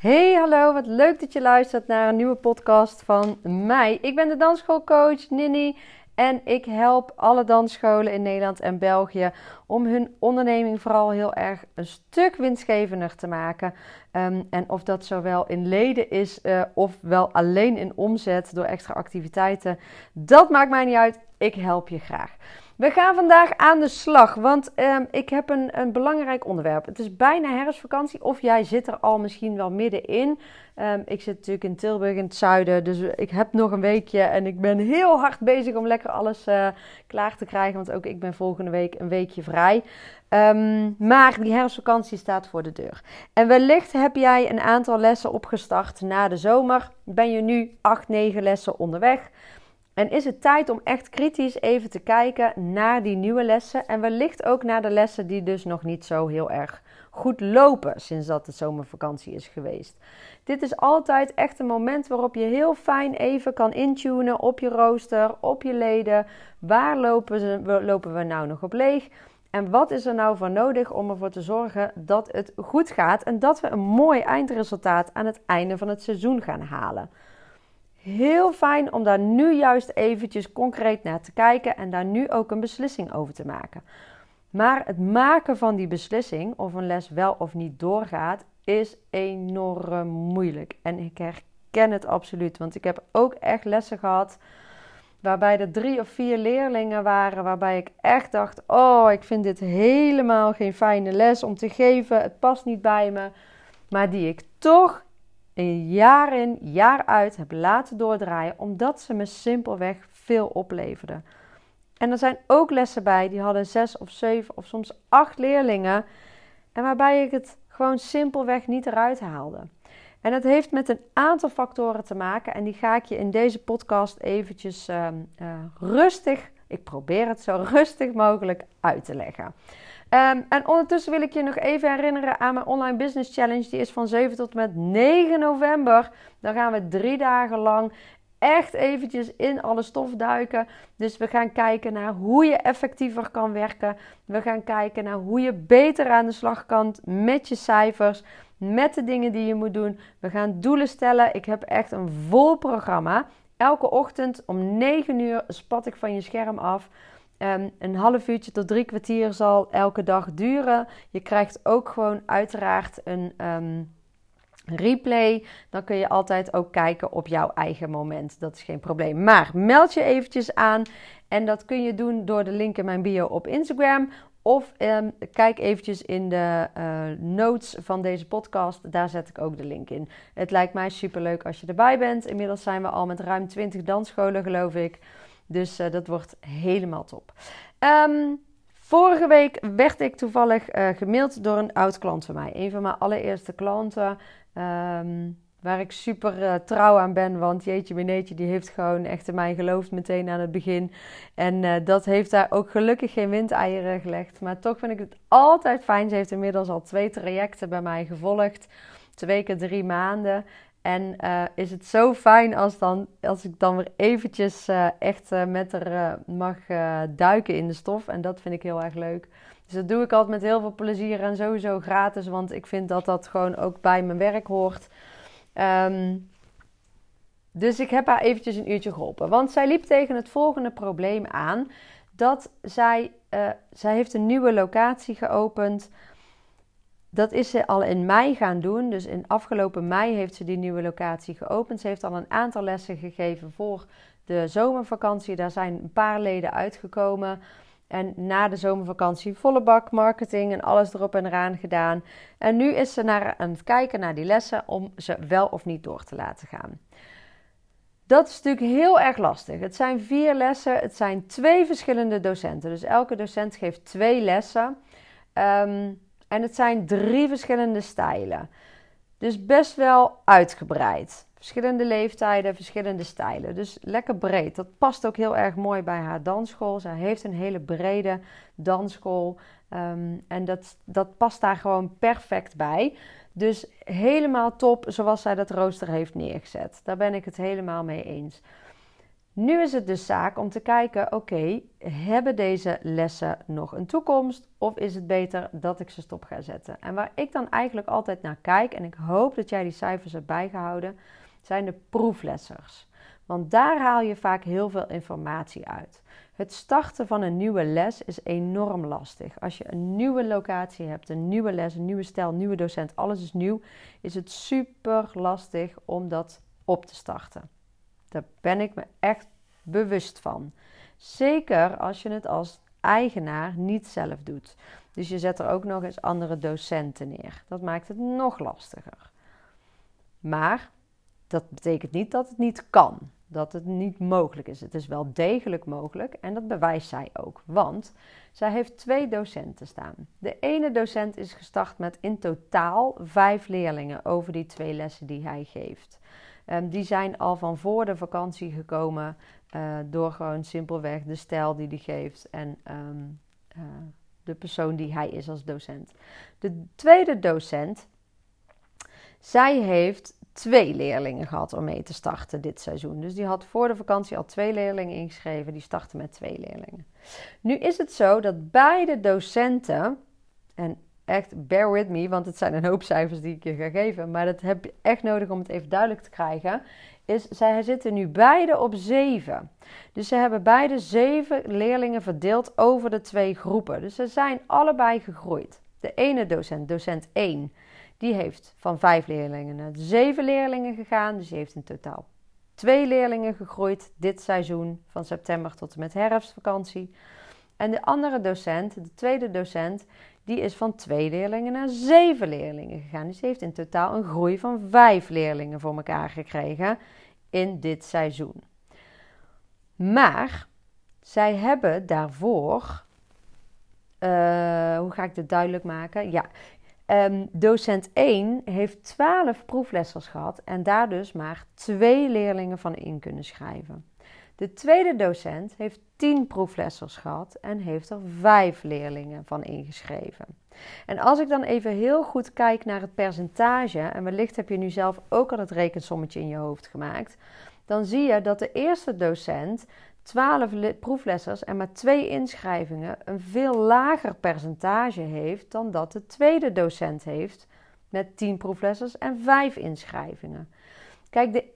Hey, hallo, wat leuk dat je luistert naar een nieuwe podcast van mij. Ik ben de dansschoolcoach Nini en ik help alle dansscholen in Nederland en België om hun onderneming vooral heel erg een stuk winstgevender te maken. En of dat zowel in leden is of wel alleen in omzet door extra activiteiten, dat maakt mij niet uit. Ik help je graag. We gaan vandaag aan de slag, want ik heb een belangrijk onderwerp. Het is bijna herfstvakantie of jij zit er al misschien wel middenin. Ik zit natuurlijk in Tilburg in het zuiden, dus ik heb nog een weekje en ik ben heel hard bezig om lekker alles klaar te krijgen. Want ook ik ben volgende week een weekje vrij. Maar die herfstvakantie staat voor de deur. En wellicht heb jij een aantal lessen opgestart na de zomer. Ben je nu 8, 9 lessen onderweg. En is het tijd om echt kritisch even te kijken naar die nieuwe lessen. En wellicht ook naar de lessen die dus nog niet zo heel erg goed lopen sinds dat de zomervakantie is geweest. Dit is altijd echt een moment waarop je heel fijn even kan intunen op je rooster, op je leden. Waar lopen we nou nog op leeg? En wat is er nou voor nodig om ervoor te zorgen dat het goed gaat en dat we een mooi eindresultaat aan het einde van het seizoen gaan halen? Heel fijn om daar nu juist eventjes concreet naar te kijken en daar nu ook een beslissing over te maken. Maar het maken van die beslissing, of een les wel of niet doorgaat, is enorm moeilijk. En ik herken het absoluut, want ik heb ook echt lessen gehad waarbij er 3 of 4 leerlingen waren, waarbij ik echt dacht, oh, ik vind dit helemaal geen fijne les om te geven, het past niet bij me, maar die ik toch jaar in, jaar uit heb laten doordraaien, omdat ze me simpelweg veel opleverden. En er zijn ook lessen bij, die hadden 6 of 7 of soms 8 leerlingen, en waarbij ik het gewoon simpelweg niet eruit haalde. En dat heeft met een aantal factoren te maken, en die ga ik je in deze podcast eventjes rustig, ik probeer het zo rustig mogelijk uit te leggen. En ondertussen wil ik je nog even herinneren aan mijn Online Business Challenge. Die is van 7 tot en met 9 november. Dan gaan we 3 dagen lang echt eventjes in alle stof duiken. Dus we gaan kijken naar hoe je effectiever kan werken. We gaan kijken naar hoe je beter aan de slag kan met je cijfers. Met de dingen die je moet doen. We gaan doelen stellen. Ik heb echt een vol programma. Elke ochtend om 9 uur spat ik van je scherm af. Een half uurtje tot 3 kwartier zal elke dag duren. Je krijgt ook gewoon uiteraard een replay. Dan kun je altijd ook kijken op jouw eigen moment. Dat is geen probleem. Maar meld je eventjes aan. En dat kun je doen door de link in mijn bio op Instagram. Of kijk eventjes in de notes van deze podcast. Daar zet ik ook de link in. Het lijkt mij superleuk als je erbij bent. Inmiddels zijn we al met ruim 20 dansscholen, geloof ik. Dus dat wordt helemaal top. Vorige week werd ik toevallig gemaild door een oud klant van mij. Een van mijn allereerste klanten. Waar ik super trouw aan ben. Want jeetje mineetje, die heeft gewoon echt in mij geloofd meteen aan het begin. En dat heeft daar ook gelukkig geen windeieren gelegd. Maar toch vind ik het altijd fijn. Ze heeft inmiddels al 2 trajecten bij mij gevolgd. 2 keer 3 maanden. En is het zo fijn als ik dan weer eventjes echt met haar mag duiken in de stof. En dat vind ik heel erg leuk. Dus dat doe ik altijd met heel veel plezier en sowieso gratis. Want ik vind dat dat gewoon ook bij mijn werk hoort. Dus ik heb haar eventjes een uurtje geholpen. Want zij liep tegen het volgende probleem aan. Dat zij heeft een nieuwe locatie geopend. Dat is ze al in mei gaan doen. Dus in afgelopen mei heeft ze die nieuwe locatie geopend. Ze heeft al een aantal lessen gegeven voor de zomervakantie. Daar zijn een paar leden uitgekomen. En na de zomervakantie volle bak marketing en alles erop en eraan gedaan. En nu is ze aan het kijken naar die lessen om ze wel of niet door te laten gaan. Dat is natuurlijk heel erg lastig. Het zijn 4 lessen. Het zijn 2 verschillende docenten. Dus elke docent geeft 2 lessen. En het zijn 3 verschillende stijlen. Dus best wel uitgebreid. Verschillende leeftijden, verschillende stijlen. Dus lekker breed. Dat past ook heel erg mooi bij haar dansschool. Zij heeft een hele brede dansschool. En dat past daar gewoon perfect bij. Dus helemaal top zoals zij dat rooster heeft neergezet. Daar ben ik het helemaal mee eens. Nu is het dus zaak om te kijken, oké, hebben deze lessen nog een toekomst of is het beter dat ik ze stop ga zetten? En waar ik dan eigenlijk altijd naar kijk, en ik hoop dat jij die cijfers hebt bijgehouden, zijn de proeflessers. Want daar haal je vaak heel veel informatie uit. Het starten van een nieuwe les is enorm lastig. Als je een nieuwe locatie hebt, een nieuwe les, een nieuwe stijl, een nieuwe docent, alles is nieuw, is het super lastig om dat op te starten. Daar ben ik me echt bewust van. Zeker als je het als eigenaar niet zelf doet. Dus je zet er ook nog eens andere docenten neer. Dat maakt het nog lastiger. Maar dat betekent niet dat het niet kan. Dat het niet mogelijk is. Het is wel degelijk mogelijk en dat bewijst zij ook. Want zij heeft 2 docenten staan. De ene docent is gestart met in totaal 5 leerlingen over die 2 lessen die hij geeft. Die zijn al van voor de vakantie gekomen door gewoon simpelweg de stijl die hij geeft en de persoon die hij is als docent. De tweede docent, zij heeft 2 leerlingen gehad om mee te starten dit seizoen. Dus die had voor de vakantie al 2 leerlingen ingeschreven. Die startte met 2 leerlingen. Nu is het zo dat beide docenten, en echt bear with me, want het zijn een hoop cijfers die ik je ga geven, maar dat heb je echt nodig om het even duidelijk te krijgen, is zij zitten nu beide op 7. Dus ze hebben beide 7 leerlingen verdeeld over de 2 groepen. Dus ze zijn allebei gegroeid. De ene docent, docent 1, die heeft van 5 leerlingen naar 7 leerlingen gegaan. Dus die heeft in totaal 2 leerlingen gegroeid dit seizoen, van september tot en met herfstvakantie. En de andere docent, de tweede docent, die is van 2 leerlingen naar 7 leerlingen gegaan. Dus die heeft in totaal een groei van 5 leerlingen voor elkaar gekregen in dit seizoen. Maar zij hebben daarvoor, hoe ga ik dit duidelijk maken? Ja, docent 1 heeft 12 proeflessers gehad en daar dus maar 2 leerlingen van in kunnen schrijven. De tweede docent heeft 10 proeflessers gehad en heeft er 5 leerlingen van ingeschreven. En als ik dan even heel goed kijk naar het percentage, en wellicht heb je nu zelf ook al het rekensommetje in je hoofd gemaakt, dan zie je dat de eerste docent 12 proeflessers en maar 2 inschrijvingen een veel lager percentage heeft dan dat de tweede docent heeft met 10 proeflessers en 5 inschrijvingen. Kijk, de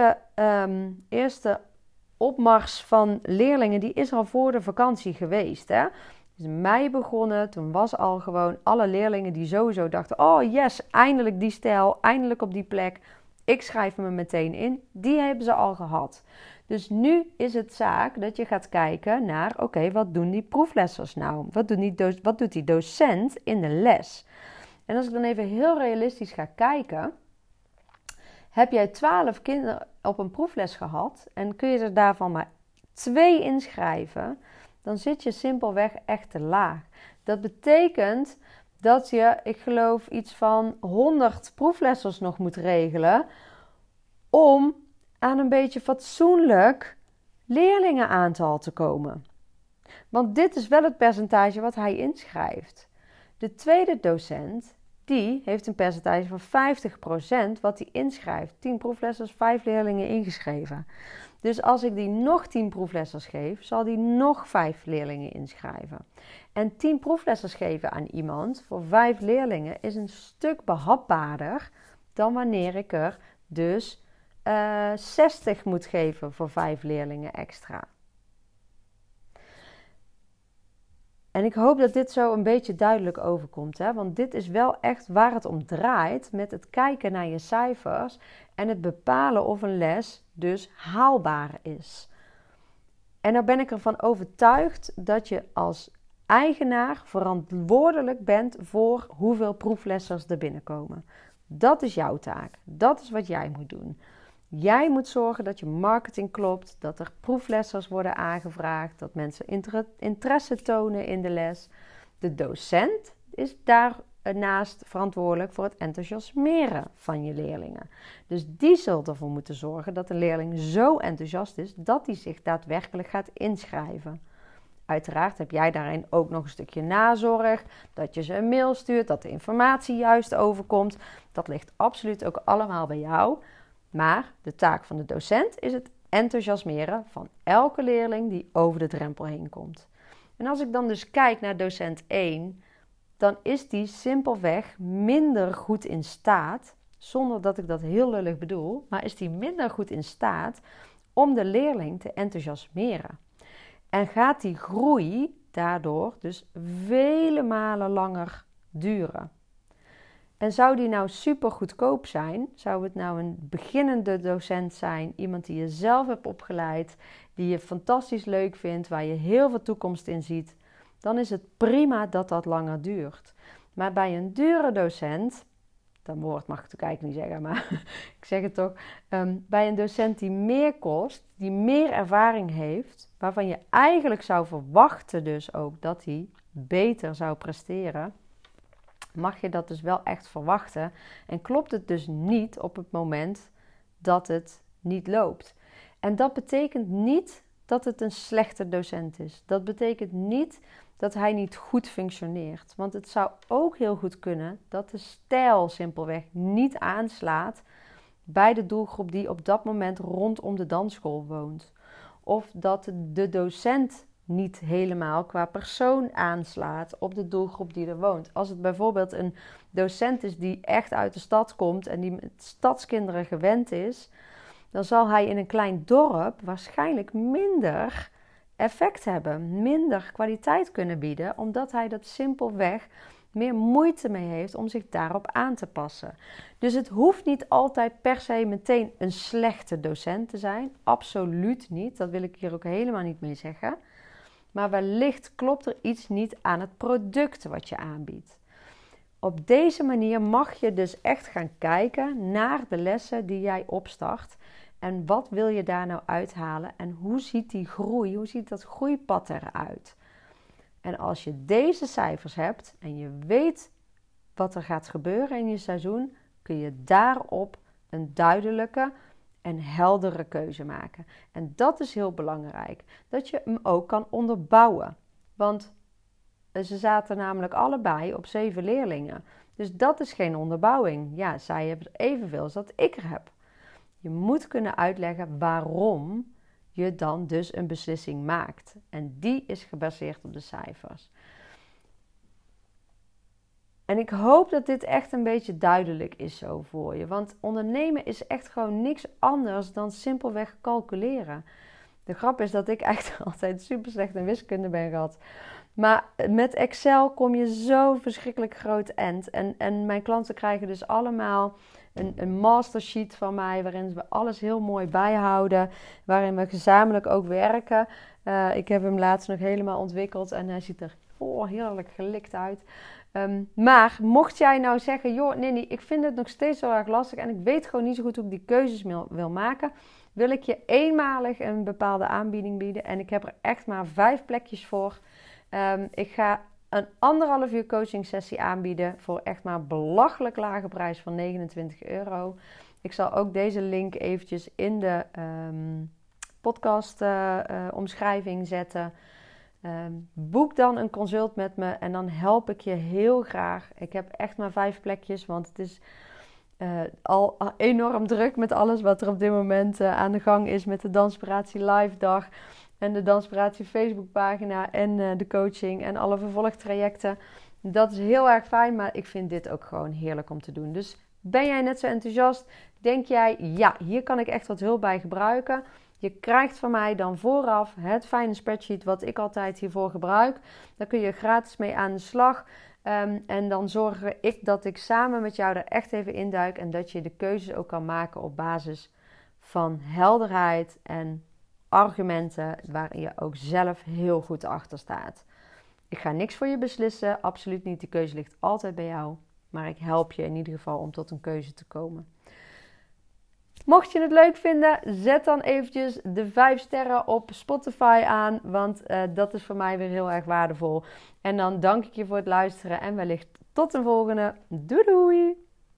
eerste opmars van leerlingen die is al voor de vakantie geweest. Hè? Het is in mei begonnen, toen was al gewoon alle leerlingen die sowieso dachten, oh yes, eindelijk die stijl, eindelijk op die plek, ik schrijf me meteen in, die hebben ze al gehad. Dus nu is het zaak dat je gaat kijken naar, oké, wat doen die proeflessers nou? Wat doet die docent in de les? En als ik dan even heel realistisch ga kijken, heb jij 12 kinderen op een proefles gehad en kun je er daarvan maar 2 inschrijven, dan zit je simpelweg echt te laag. Dat betekent dat je, ik geloof, iets van 100 proeflessers nog moet regelen om aan een beetje fatsoenlijk leerlingenaantal te komen. Want dit is wel het percentage wat hij inschrijft. De tweede docent, die heeft een percentage van 50% wat hij inschrijft. 10 proeflessers, 5 leerlingen ingeschreven. Dus als ik die nog 10 proeflessers geef, zal die nog 5 leerlingen inschrijven. En 10 proeflessers geven aan iemand voor 5 leerlingen is een stuk behapbaarder dan wanneer ik er dus 60 moet geven voor 5 leerlingen extra. En ik hoop dat dit zo een beetje duidelijk overkomt. Hè? Want dit is wel echt waar het om draait met het kijken naar je cijfers en het bepalen of een les dus haalbaar is. En nou ben ik ervan overtuigd dat je als eigenaar verantwoordelijk bent voor hoeveel proeflessers er binnenkomen. Dat is jouw taak. Dat is wat jij moet doen. Jij moet zorgen dat je marketing klopt, dat er proeflessers worden aangevraagd, dat mensen interesse tonen in de les. De docent is daarnaast verantwoordelijk voor het enthousiasmeren van je leerlingen. Dus die zult ervoor moeten zorgen dat de leerling zo enthousiast is dat hij zich daadwerkelijk gaat inschrijven. Uiteraard heb jij daarin ook nog een stukje nazorg, dat je ze een mail stuurt, dat de informatie juist overkomt. Dat ligt absoluut ook allemaal bij jou. Maar de taak van de docent is het enthousiasmeren van elke leerling die over de drempel heen komt. En als ik dan dus kijk naar docent 1, dan is die simpelweg minder goed in staat, zonder dat ik dat heel lullig bedoel, maar is die minder goed in staat om de leerling te enthousiasmeren. En gaat die groei daardoor dus vele malen langer duren. En zou die nou super goedkoop zijn, zou het nou een beginnende docent zijn, iemand die je zelf hebt opgeleid, die je fantastisch leuk vindt, waar je heel veel toekomst in ziet, dan is het prima dat dat langer duurt. Maar bij een dure docent, dat woord mag ik natuurlijk eigenlijk niet zeggen, maar ik zeg het toch, bij een docent die meer kost, die meer ervaring heeft, waarvan je eigenlijk zou verwachten dus ook dat hij beter zou presteren, mag je dat dus wel echt verwachten. En klopt het dus niet op het moment dat het niet loopt. En dat betekent niet dat het een slechte docent is. Dat betekent niet dat hij niet goed functioneert. Want het zou ook heel goed kunnen dat de stijl simpelweg niet aanslaat bij de doelgroep die op dat moment rondom de dansschool woont. Of dat de docent niet helemaal qua persoon aanslaat op de doelgroep die er woont. Als het bijvoorbeeld een docent is die echt uit de stad komt en die met stadskinderen gewend is, dan zal hij in een klein dorp waarschijnlijk minder effect hebben, minder kwaliteit kunnen bieden, omdat hij dat simpelweg meer moeite mee heeft om zich daarop aan te passen. Dus het hoeft niet altijd per se meteen een slechte docent te zijn. Absoluut niet. Dat wil ik hier ook helemaal niet mee zeggen. Maar wellicht klopt er iets niet aan het product wat je aanbiedt. Op deze manier mag je dus echt gaan kijken naar de lessen die jij opstart. En wat wil je daar nou uithalen? En hoe ziet die groei, hoe ziet dat groeipad eruit? En als je deze cijfers hebt en je weet wat er gaat gebeuren in je seizoen, kun je daarop een duidelijke en heldere keuze maken. En dat is heel belangrijk, dat je hem ook kan onderbouwen. Want ze zaten namelijk allebei op 7 leerlingen. Dus dat is geen onderbouwing. Ja, zij hebben er evenveel als dat ik er heb. Je moet kunnen uitleggen waarom je dan dus een beslissing maakt. En die is gebaseerd op de cijfers. En ik hoop dat dit echt een beetje duidelijk is zo voor je. Want ondernemen is echt gewoon niks anders dan simpelweg calculeren. De grap is dat ik echt altijd super slecht in wiskunde ben gehad. Maar met Excel kom je zo verschrikkelijk groot eind. En mijn klanten krijgen dus allemaal een mastersheet van mij, waarin we alles heel mooi bijhouden. Waarin we gezamenlijk ook werken. Ik heb hem laatst nog helemaal ontwikkeld en hij ziet er heerlijk gelikt uit. Maar mocht jij nou zeggen, joh Nini, ik vind het nog steeds heel erg lastig en ik weet gewoon niet zo goed hoe ik die keuzes wil maken, wil ik je eenmalig een bepaalde aanbieding bieden. En ik heb er echt maar 5 plekjes voor. Ik ga een 1,5 uur coaching sessie aanbieden voor echt maar belachelijk lage prijs van €29. Ik zal ook deze link eventjes in de podcast omschrijving zetten. Boek dan een consult met me en dan help ik je heel graag. Ik heb echt maar 5 plekjes, want het is al enorm druk met alles wat er op dit moment aan de gang is met de Danspiratie Live dag en de Danspiratie Facebookpagina en de coaching en alle vervolgtrajecten. Dat is heel erg fijn, maar ik vind dit ook gewoon heerlijk om te doen. Dus ben jij net zo enthousiast? Denk jij, ja, hier kan ik echt wat hulp bij gebruiken? Je krijgt van mij dan vooraf het fijne spreadsheet wat ik altijd hiervoor gebruik. Daar kun je gratis mee aan de slag. En dan zorg ik dat ik samen met jou er echt even induik. En dat je de keuzes ook kan maken op basis van helderheid en argumenten waar je ook zelf heel goed achter staat. Ik ga niks voor je beslissen, absoluut niet. De keuze ligt altijd bij jou. Maar ik help je in ieder geval om tot een keuze te komen. Mocht je het leuk vinden, zet dan eventjes de 5 sterren op Spotify aan, want dat is voor mij weer heel erg waardevol. En dan dank ik je voor het luisteren en wellicht tot een volgende. Doei doei!